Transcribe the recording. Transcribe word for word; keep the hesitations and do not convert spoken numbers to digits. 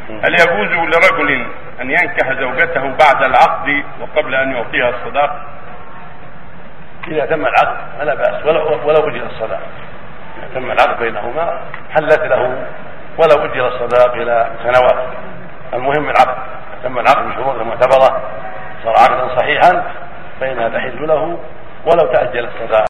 هل يجوز لرجل أن ينكح زوجته بعد العقد وقبل أن يعطيها الصداق؟ إذا تم العقد فلا بأس ولو ولو أجل الصداق. إذا تم العقد بينهما حلت له ولو أجل الصداق إلى سنوات. المهم العقد، تم العقد بشروط معتبرة صار عقدا صحيحا فإنها تحل له ولو تأجل الصداق.